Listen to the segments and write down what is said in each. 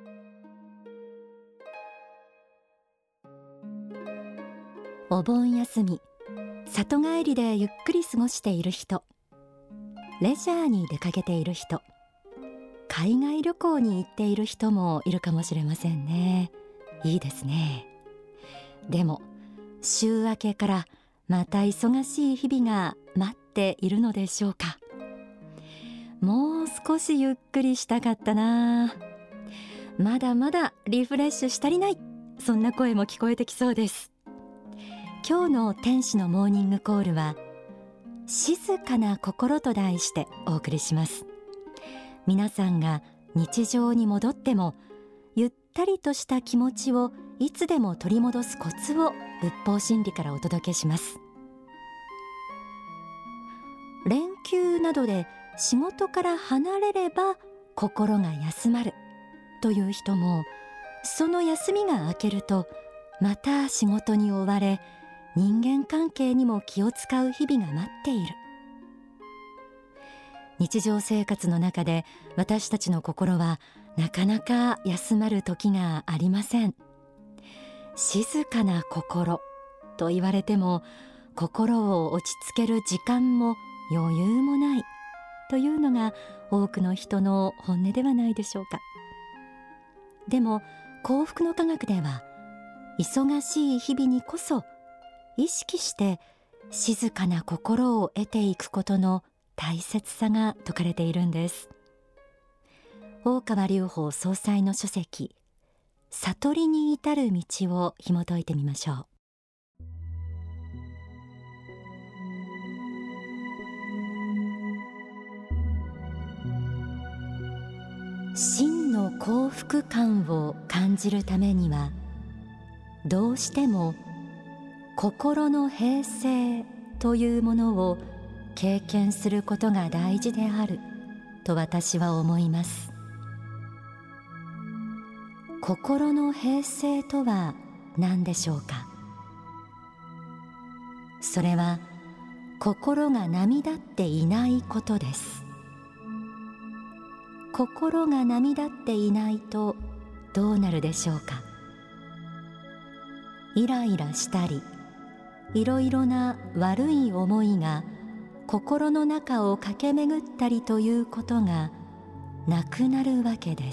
お盆休み、里帰りでゆっくり過ごしている人、レジャーに出かけている人、海外旅行に行っている人もいるかもしれませんね。いいですね。でも週明けからまた忙しい日々が待っているのでしょうか。もう少しゆっくりしたかったな。まだまだリフレッシュし足りない、そんな声も聞こえてきそうです。今日の天使のモーニングコールは静かな心と題してお送りします。皆さんが日常に戻ってもゆったりとした気持ちをいつでも取り戻すコツを仏法真理からお届けします。連休などで仕事から離れれば心が休まるという人も、その休みが明けるとまた仕事に追われ、人間関係にも気を使う日々が待っている。日常生活の中で私たちの心はなかなか休まる時がありません。静かな心と言われても、心を落ち着ける時間も余裕もないというのが多くの人の本音ではないでしょうか。でも幸福の科学では、忙しい日々にこそ意識して静かな心を得ていくことの大切さが説かれているんです。大川隆法総裁の書籍、悟りに至る道を紐解いてみましょう。真の幸福感を感じるためには、どうしても心の平静というものを経験することが大事であると私は思います。心の平静とは何でしょうか。それは心が波立っていないことです。心が波立っていないとどうなるでしょうか。イライラしたり、いろいろな悪い思いが心の中を駆け巡ったりということがなくなるわけです。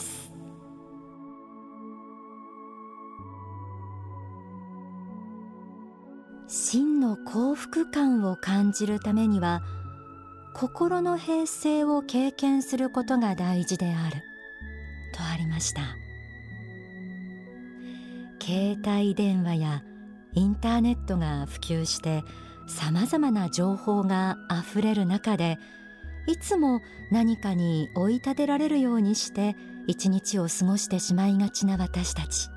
真の幸福感を感じるためには、心の平静を経験することが大事であるとありました。携帯電話やインターネットが普及してさまざまな情報があふれる中で、いつも何かに追い立てられるようにして一日を過ごしてしまいがちな私たち。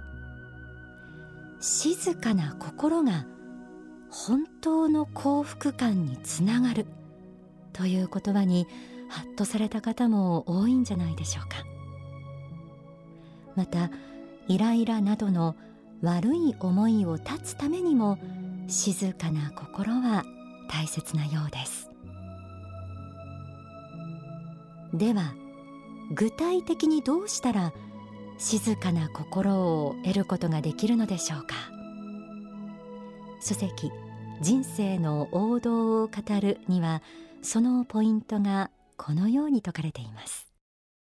静かな心が本当の幸福感につながるという言葉にハッとされた方も多いんじゃないでしょうか。またイライラなどの悪い思いを断つためにも、静かな心は大切なようです。では具体的にどうしたら静かな心を得ることができるのでしょうか。書籍、人生の王道を語るには、そのポイントがこのように説かれています。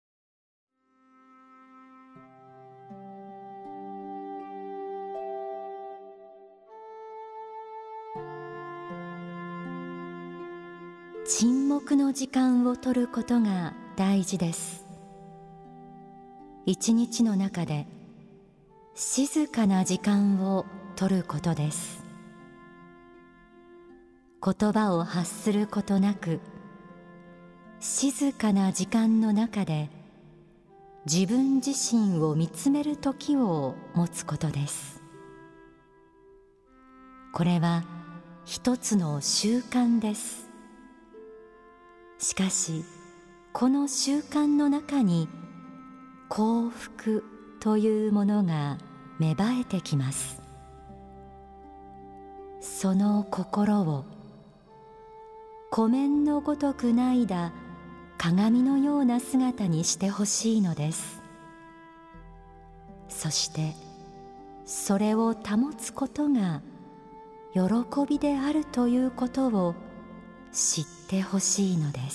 沈黙の時間を取ることが大事です。一日の中で静かな時間を取ることです。言葉を発することなく、静かな時間の中で自分自身を見つめる時を持つことです。これは一つの習慣です。しかしこの習慣の中に幸福というものが芽生えてきます。その心を湖面のごとくないだ鏡のような姿にしてほしいのです。 そしてそれを保つことが喜びであるということを知ってほしいのです。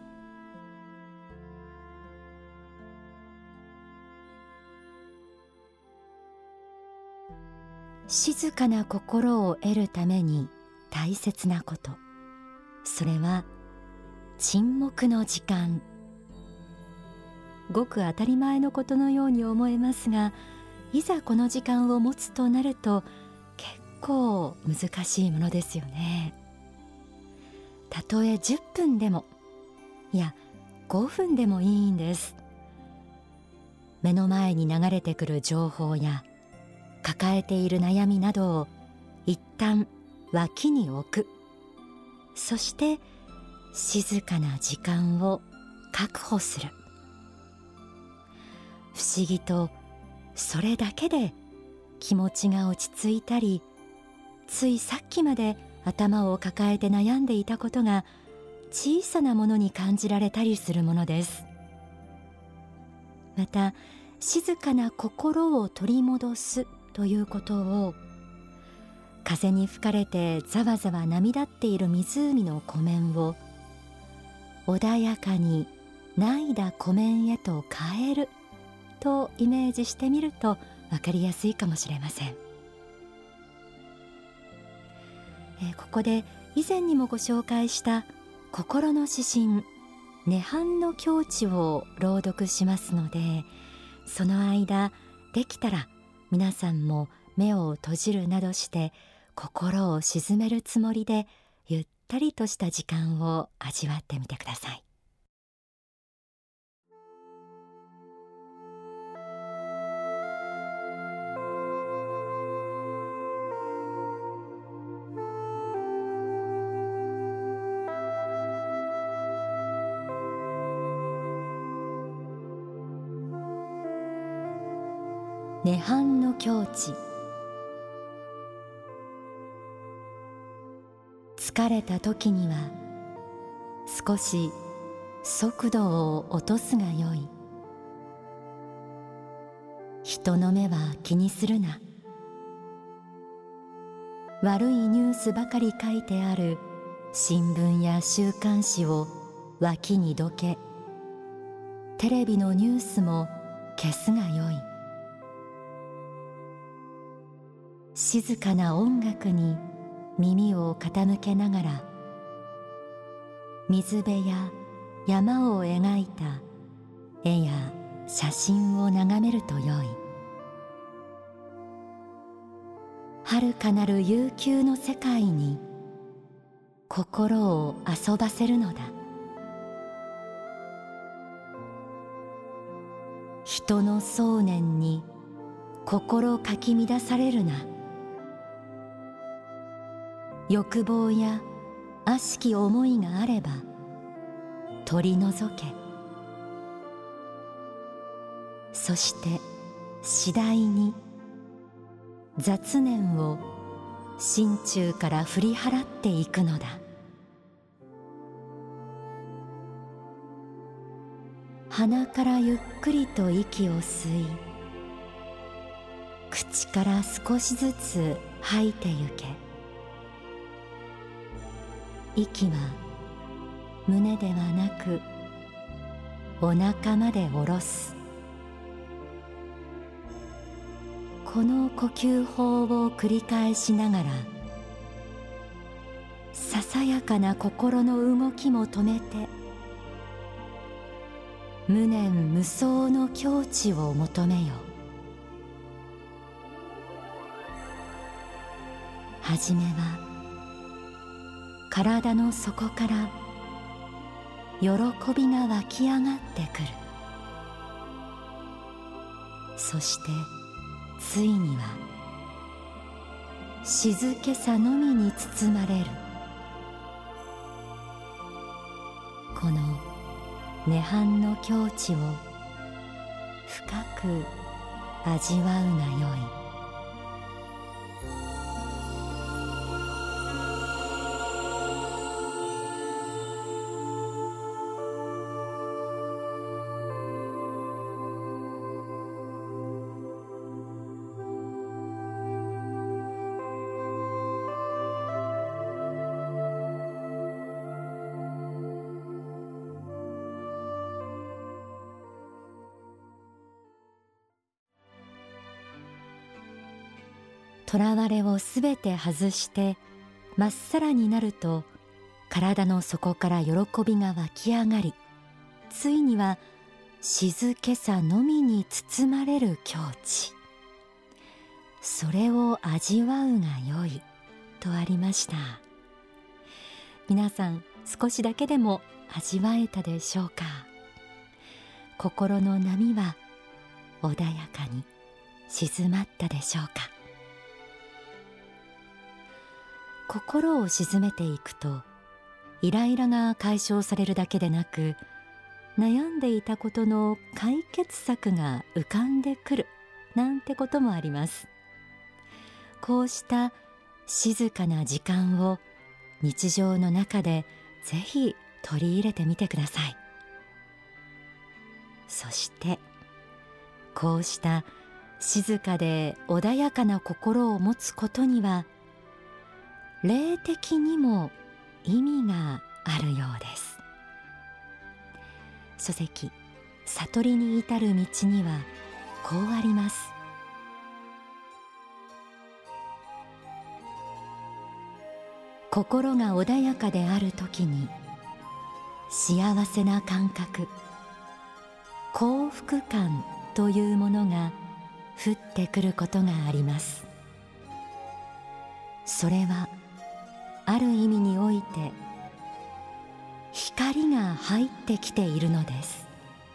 静かな心を得るために大切なこと、それは沈黙の時間。ごく当たり前のことのように思えますが、いざこの時間を持つとなると結構難しいものですよね。たとえ10分でも、いや5分でもいいんです。目の前に流れてくる情報や抱えている悩みなどを一旦脇に置く。そして静かな時間を確保する。不思議とそれだけで気持ちが落ち着いたり、ついさっきまで頭を抱えて悩んでいたことが小さなものに感じられたりするものです。また静かな心を取り戻すということを、風に吹かれてざわざわ波立っている湖の湖面を穏やかに凪いだ湖面へと変えるとイメージしてみると分かりやすいかもしれません。ここで以前にもご紹介した心の指針涅槃の境地を朗読しますので、その間できたら皆さんも目を閉じるなどして心を静めるつもりでゆったりとした時間を味わってみてください。涅槃の境地。疲れた時には少し速度を落とすがよい。人の目は気にするな。悪いニュースばかり書いてある新聞や週刊誌を脇にどけ、テレビのニュースも消すがよい。静かな音楽に耳を傾けながら、水辺や山を描いた絵や写真を眺めるとよい。遥かなる悠久の世界に心を遊ばせるのだ。人の想念に心かき乱されるな。欲望や悪しき思いがあれば取り除け。そして次第に雑念を心中から振り払っていくのだ。鼻からゆっくりと息を吸い、口から少しずつ吐いてゆけ。息は胸ではなくお腹まで下ろす。この呼吸法を繰り返しながら、ささやかな心の動きも止めて、無念無想の境地を求めよ。はじめは体の底から喜びが湧き上がってくる。そしてついには静けさのみに包まれる。この涅槃の境地を深く味わうがよい。 とらわれをすべて外してまっさらになると、体の底から喜びが湧き上がり、ついには静けさのみに包まれる境地、それを味わうがよいとありました。皆さん少しだけでも味わえたでしょうか。心の波は穏やかに静まったでしょうか。心を静めていくと、イライラが解消されるだけでなく、悩んでいたことの解決策が浮かんでくるなんてこともあります。こうした静かな時間を日常の中でぜひ取り入れてみてください。そしてこうした静かで穏やかな心を持つことには、霊的にも意味があるようです。書籍悟りに至る道にはこうあります。心が穏やかであるときに、幸せな感覚、幸福感というものが降ってくることがあります。それはある意味において光が入ってきているのです。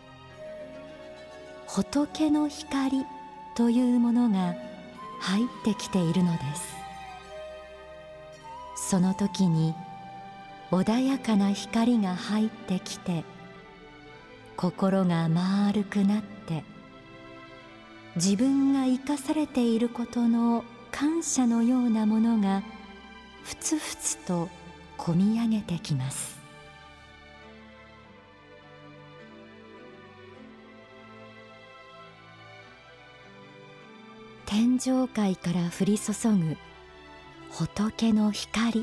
仏の光というものが入ってきているのです。その時に穏やかな光が入ってきて、心が丸くなって、自分が生かされていることの感謝のようなものがふつふつとこみ上げてきます。天上界から降り注ぐ仏の光、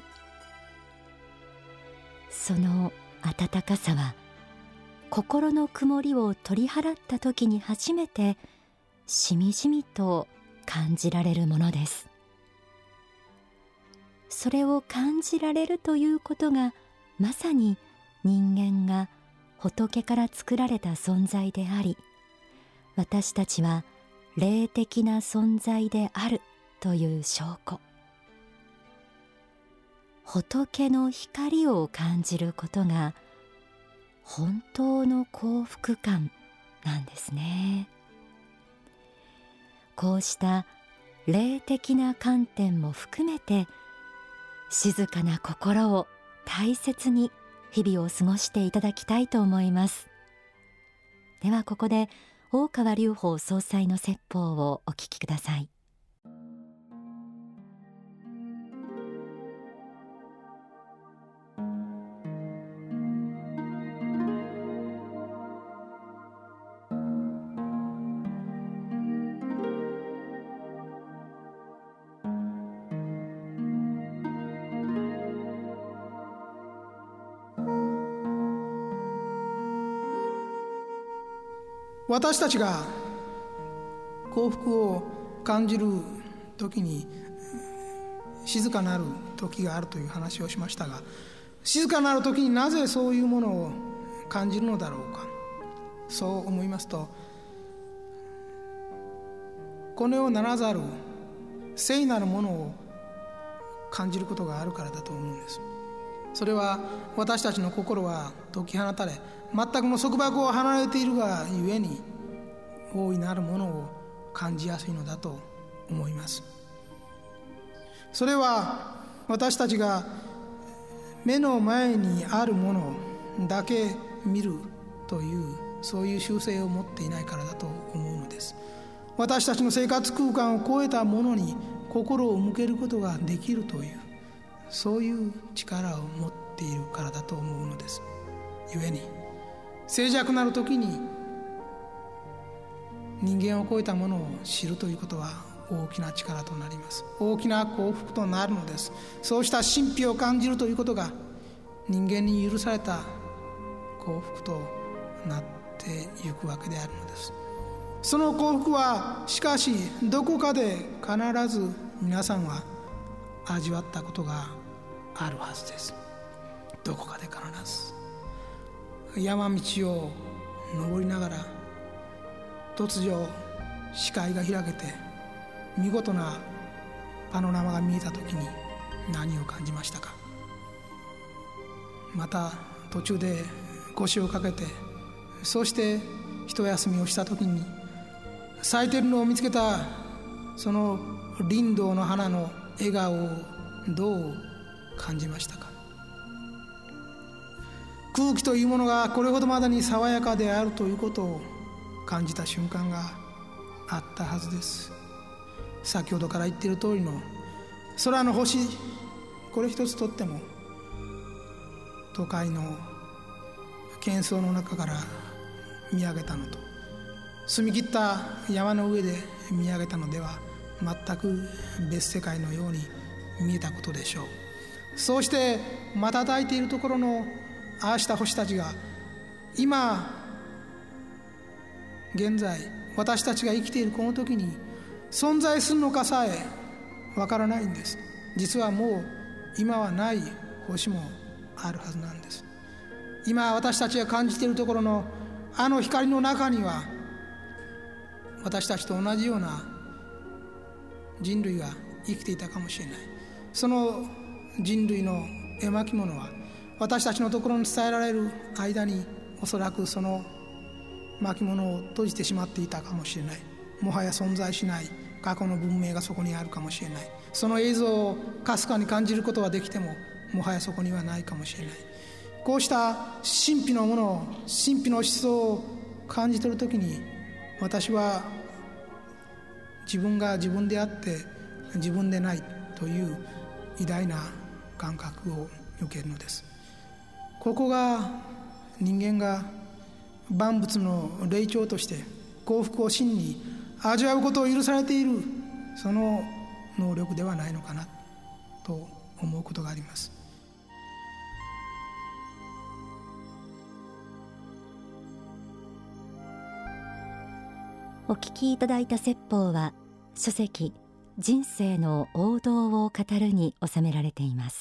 その温かさは心の曇りを取り払った時に初めてしみじみと感じられるものです。それを感じられるということが、まさに人間が仏から作られた存在であり、私たちは霊的な存在であるという証拠。仏の光を感じることが本当の幸福感なんですね。こうした霊的な観点も含めて、静かな心を大切に日々を過ごしていただきたいと思います。ではここで大川隆法総裁の説法をお聞きください。 私たちが幸福を感じる時に静かなる時があるという話をしましたが、静かなる時になぜそういうものを感じるのだろうか。そう思いますと、この世ならざる聖なるものを感じることがあるからだと思うんです。それは私たちの心は解き放たれ、全くの束縛を離れているがゆえに大いなるものを感じやすいのだと思います。それは私たちが目の前にあるものだけ見るというそういう習性を持っていないからだと思うのです。私たちの生活空間を超えたものに心を向けることができるというそういう力を持っているからだと思うのです。ゆえに静寂なる時に人間を超えたものを知るということは大きな力となります。大きな幸福となるのです。そうした神秘を感じるということが人間に許された幸福となっていくわけであるのです。 その幸福はしかしどこかで必ず皆さんは味わったことがあるはずです。どこかで必ず山道を登りながら突如視界が開けて見事なパノラマが見えた時に何を感じましたか。また途中で腰をかけてそして一休みをした時に咲いてるのを見つけたその林道の花の笑顔をどう感じましたか。空気というものがこれほどまでに爽やかであるということを感じた瞬間があったはずです。先ほどから言っている通りの空の星、これ一つとっても都会の喧騒の中から見上げたのと澄み切った山の上で見上げたのでは全く別世界のように見えたことでしょう。そうして瞬いているところのああした星たちが今現在私たちが生きているこの時に存在するのかさえわからないんです。実はもう今はない星もあるはずなんです。今私たちが感じているところのあの光の中には私たちと同じような人類が生きていたかもしれない。その人類の絵巻物は私たちのところに伝えられる間におそらくその巻物を閉じてしまっていたかもしれない。もはや存在しない過去の文明がそこにあるかもしれない。その映像をかすかに感じることはできてももはやそこにはないかもしれない。こうした神秘のものを神秘の思想を感じ取るときに私は自分が自分であって自分でないという偉大な感覚を受けるのです。ここが人間が万物の霊長として幸福を真に味わうことを許されているその能力ではないのかなと思うことがあります。 お聞きいただいた説法は書籍人生の王道を語るに収められています。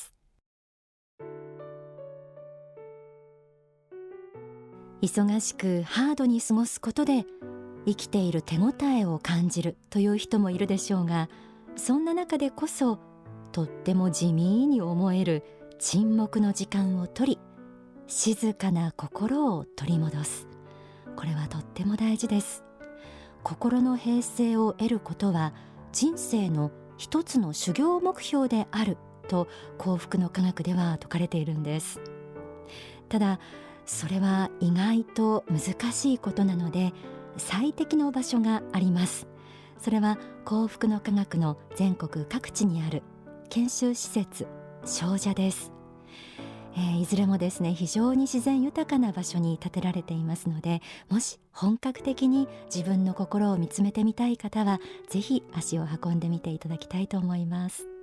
忙しくハードに過ごすことで生きている手応えを感じるという人もいるでしょうが、そんな中でこそとっても地味に思える沈黙の時間を取り静かな心を取り戻す。これはとっても大事です。心の平静を得ることは人生の一つの修行目標であると幸福の科学では説かれているんです。ただそれは意外と難しいことなので最適の場所があります。それは幸福の科学の全国各地にある研修施設精舎です。いずれもですね非常に自然豊かな場所に建てられていますので、もし本格的に自分の心を見つめてみたい方はぜひ足を運んでみていただきたいと思います。